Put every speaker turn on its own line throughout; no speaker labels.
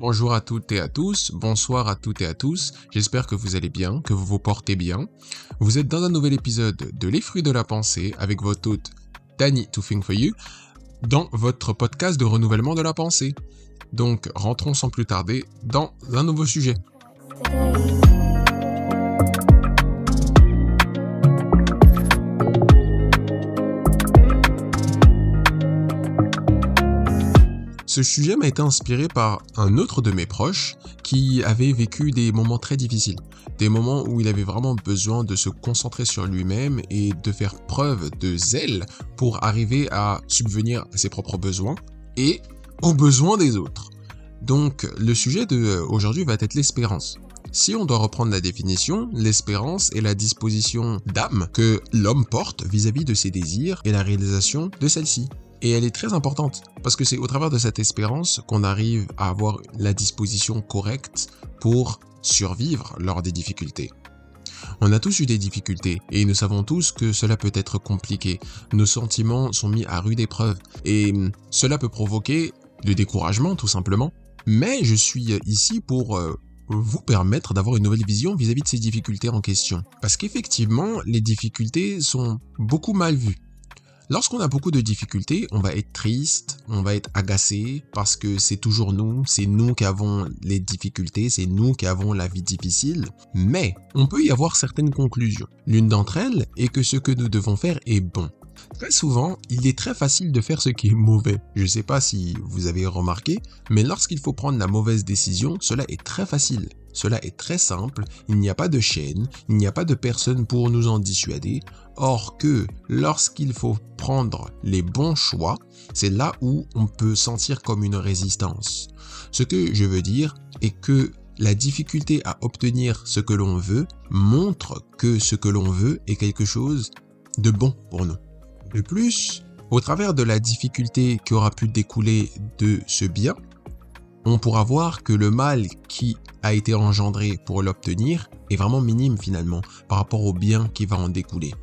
Bonjour à toutes et à tous, bonsoir à toutes et à tous, j'espère que vous allez bien, que vous vous portez bien. Vous êtes dans un nouvel épisode de Les Fruits de la Pensée avec votre hôte Danny to Think for You, dans votre podcast de renouvellement de la pensée. Donc rentrons sans plus tarder dans un nouveau sujet. Ce sujet m'a été inspiré par un autre de mes proches qui avait vécu des moments très difficiles. Des moments où il avait vraiment besoin de se concentrer sur lui-même et de faire preuve de zèle pour arriver à subvenir à ses propres besoins et aux besoins des autres. Donc le sujet d'aujourd'hui va être l'espérance. Si on doit reprendre la définition, l'espérance est la disposition d'âme que l'homme porte vis-à-vis de ses désirs et la réalisation de celle-ci. Et elle est très importante, parce que c'est au travers de cette espérance qu'on arrive à avoir la disposition correcte pour survivre lors des difficultés. On a tous eu des difficultés, et nous savons tous que cela peut être compliqué. Nos sentiments sont mis à rude épreuve, et cela peut provoquer le découragement tout simplement. Mais je suis ici pour vous permettre d'avoir une nouvelle vision vis-à-vis de ces difficultés en question. Parce qu'effectivement, les difficultés sont beaucoup mal vues. Lorsqu'on a beaucoup de difficultés, on va être triste, on va être agacé parce que c'est toujours nous, c'est nous qui avons les difficultés, c'est nous qui avons la vie difficile. Mais on peut y avoir certaines conclusions. L'une d'entre elles est que ce que nous devons faire est bon. Très souvent, il est très facile de faire ce qui est mauvais. Je ne sais pas si vous avez remarqué, mais lorsqu'il faut prendre la mauvaise décision, cela est très facile. Cela est très simple, il n'y a pas de chaîne, il n'y a pas de personne pour nous en dissuader. Or que lorsqu'il faut prendre les bons choix, c'est là où on peut sentir comme une résistance. Ce que je veux dire est que la difficulté à obtenir ce que l'on veut montre que ce que l'on veut est quelque chose de bon pour nous. De plus, au travers de la difficulté qui aura pu découler de ce bien, on pourra voir que le mal qui a été engendré pour l'obtenir est vraiment minime finalement par rapport au bien qui va en découler.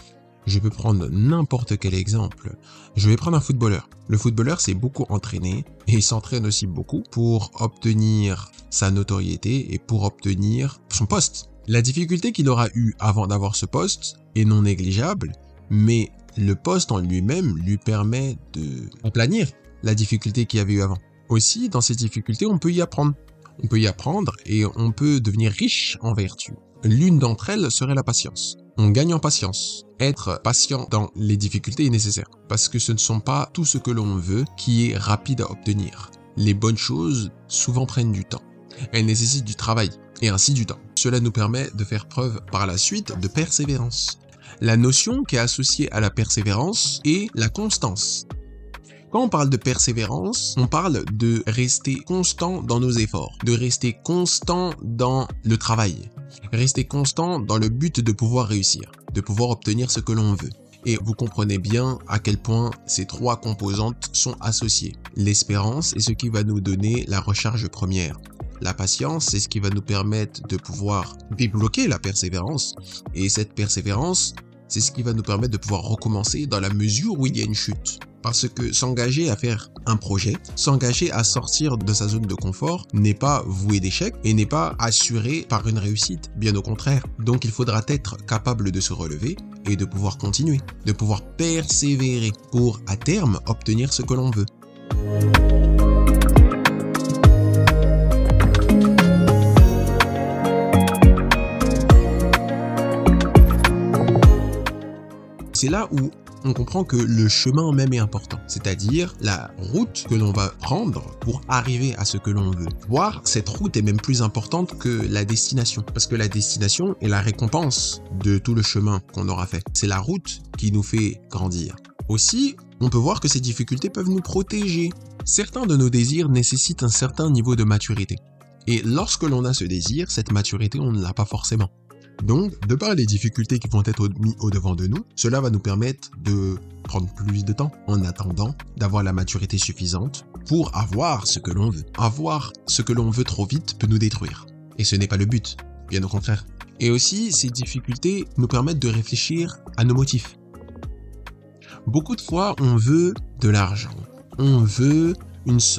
Je peux prendre n'importe quel exemple. Je vais prendre un footballeur. Le footballeur s'est beaucoup entraîné et il s'entraîne aussi beaucoup pour obtenir sa notoriété et pour obtenir son poste. La difficulté qu'il aura eue avant d'avoir ce poste est non négligeable, mais le poste en lui-même lui permet de aplanir la difficulté qu'il y avait eu avant. Aussi, dans ces difficultés, on peut y apprendre. On peut y apprendre et on peut devenir riche en vertu. L'une d'entre elles serait la patience. On gagne en patience. Être patient dans les difficultés est nécessaire parce que ce ne sont pas tout ce que l'on veut qui est rapide à obtenir. Les bonnes choses souvent prennent du temps. Elles nécessitent du travail et ainsi du temps. Cela nous permet de faire preuve par la suite de persévérance. La notion qui est associée à la persévérance est la constance. Quand on parle de persévérance, on parle de rester constant dans nos efforts, de rester constant dans le travail, rester constant dans le but de pouvoir réussir, de pouvoir obtenir ce que l'on veut. Et vous comprenez bien à quel point ces trois composantes sont associées. L'espérance est ce qui va nous donner la recharge première. La patience, c'est ce qui va nous permettre de pouvoir débloquer la persévérance. Et cette persévérance, c'est ce qui va nous permettre de pouvoir recommencer dans la mesure où il y a une chute. Parce que s'engager à faire un projet, s'engager à sortir de sa zone de confort n'est pas voué d'échec et n'est pas assuré par une réussite, bien au contraire. Donc il faudra être capable de se relever et de pouvoir continuer, de pouvoir persévérer pour à terme obtenir ce que l'on veut. C'est là où on comprend que le chemin même est important, c'est-à-dire la route que l'on va prendre pour arriver à ce que l'on veut. Voire cette route est même plus importante que la destination, parce que la destination est la récompense de tout le chemin qu'on aura fait. C'est la route qui nous fait grandir. Aussi, on peut voir que ces difficultés peuvent nous protéger. Certains de nos désirs nécessitent un certain niveau de maturité. Et lorsque l'on a ce désir, cette maturité, on ne l'a pas forcément. Donc, de par les difficultés qui vont être mises au-devant de nous, cela va nous permettre de prendre plus de temps en attendant d'avoir la maturité suffisante pour avoir ce que l'on veut. Avoir ce que l'on veut trop vite peut nous détruire. Et ce n'est pas le but, bien au contraire. Et aussi, ces difficultés nous permettent de réfléchir à nos motifs. Beaucoup de fois, on veut de l'argent, on veut une somme,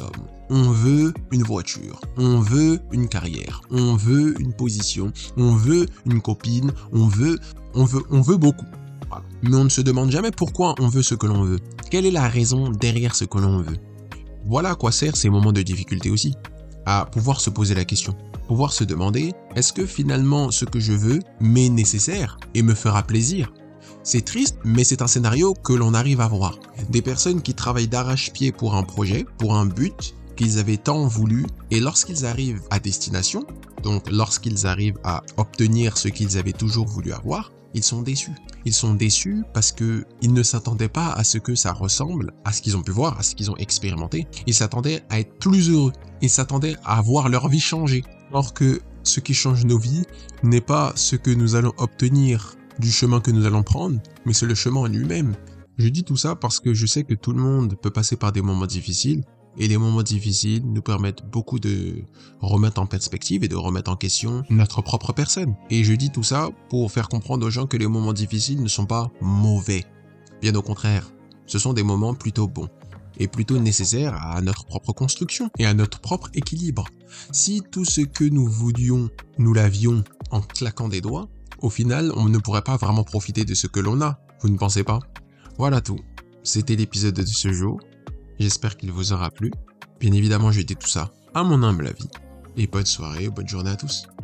on veut une voiture, on veut une carrière, on veut une position, on veut une copine, on veut beaucoup. Voilà. Mais on ne se demande jamais pourquoi on veut ce que l'on veut. Quelle est la raison derrière ce que l'on veut? Voilà à quoi servent ces moments de difficulté aussi. À pouvoir se poser la question. Pouvoir se demander, est-ce que finalement ce que je veux m'est nécessaire et me fera plaisir? C'est triste, mais c'est un scénario que l'on arrive à voir. Des personnes qui travaillent d'arrache-pied pour un projet, pour un but qu'ils avaient tant voulu, et lorsqu'ils arrivent à destination, donc lorsqu'ils arrivent à obtenir ce qu'ils avaient toujours voulu avoir, ils sont déçus. Ils sont déçus parce qu'ils ne s'attendaient pas à ce que ça ressemble, à ce qu'ils ont pu voir, à ce qu'ils ont expérimenté. Ils s'attendaient à être plus heureux. Ils s'attendaient à voir leur vie changer. Alors que ce qui change nos vies n'est pas ce que nous allons obtenir du chemin que nous allons prendre, mais c'est le chemin en lui-même. Je dis tout ça parce que je sais que tout le monde peut passer par des moments difficiles, et les moments difficiles nous permettent beaucoup de remettre en perspective et de remettre en question notre propre personne. Et je dis tout ça pour faire comprendre aux gens que les moments difficiles ne sont pas mauvais. Bien au contraire, ce sont des moments plutôt bons et plutôt nécessaires à notre propre construction et à notre propre équilibre. Si tout ce que nous voulions, nous l'avions en claquant des doigts, au final, on ne pourrait pas vraiment profiter de ce que l'on a. Vous ne pensez pas? Voilà tout. C'était l'épisode de ce jour. J'espère qu'il vous aura plu. Bien évidemment, je dis tout ça à mon humble avis. Et bonne soirée, bonne journée à tous.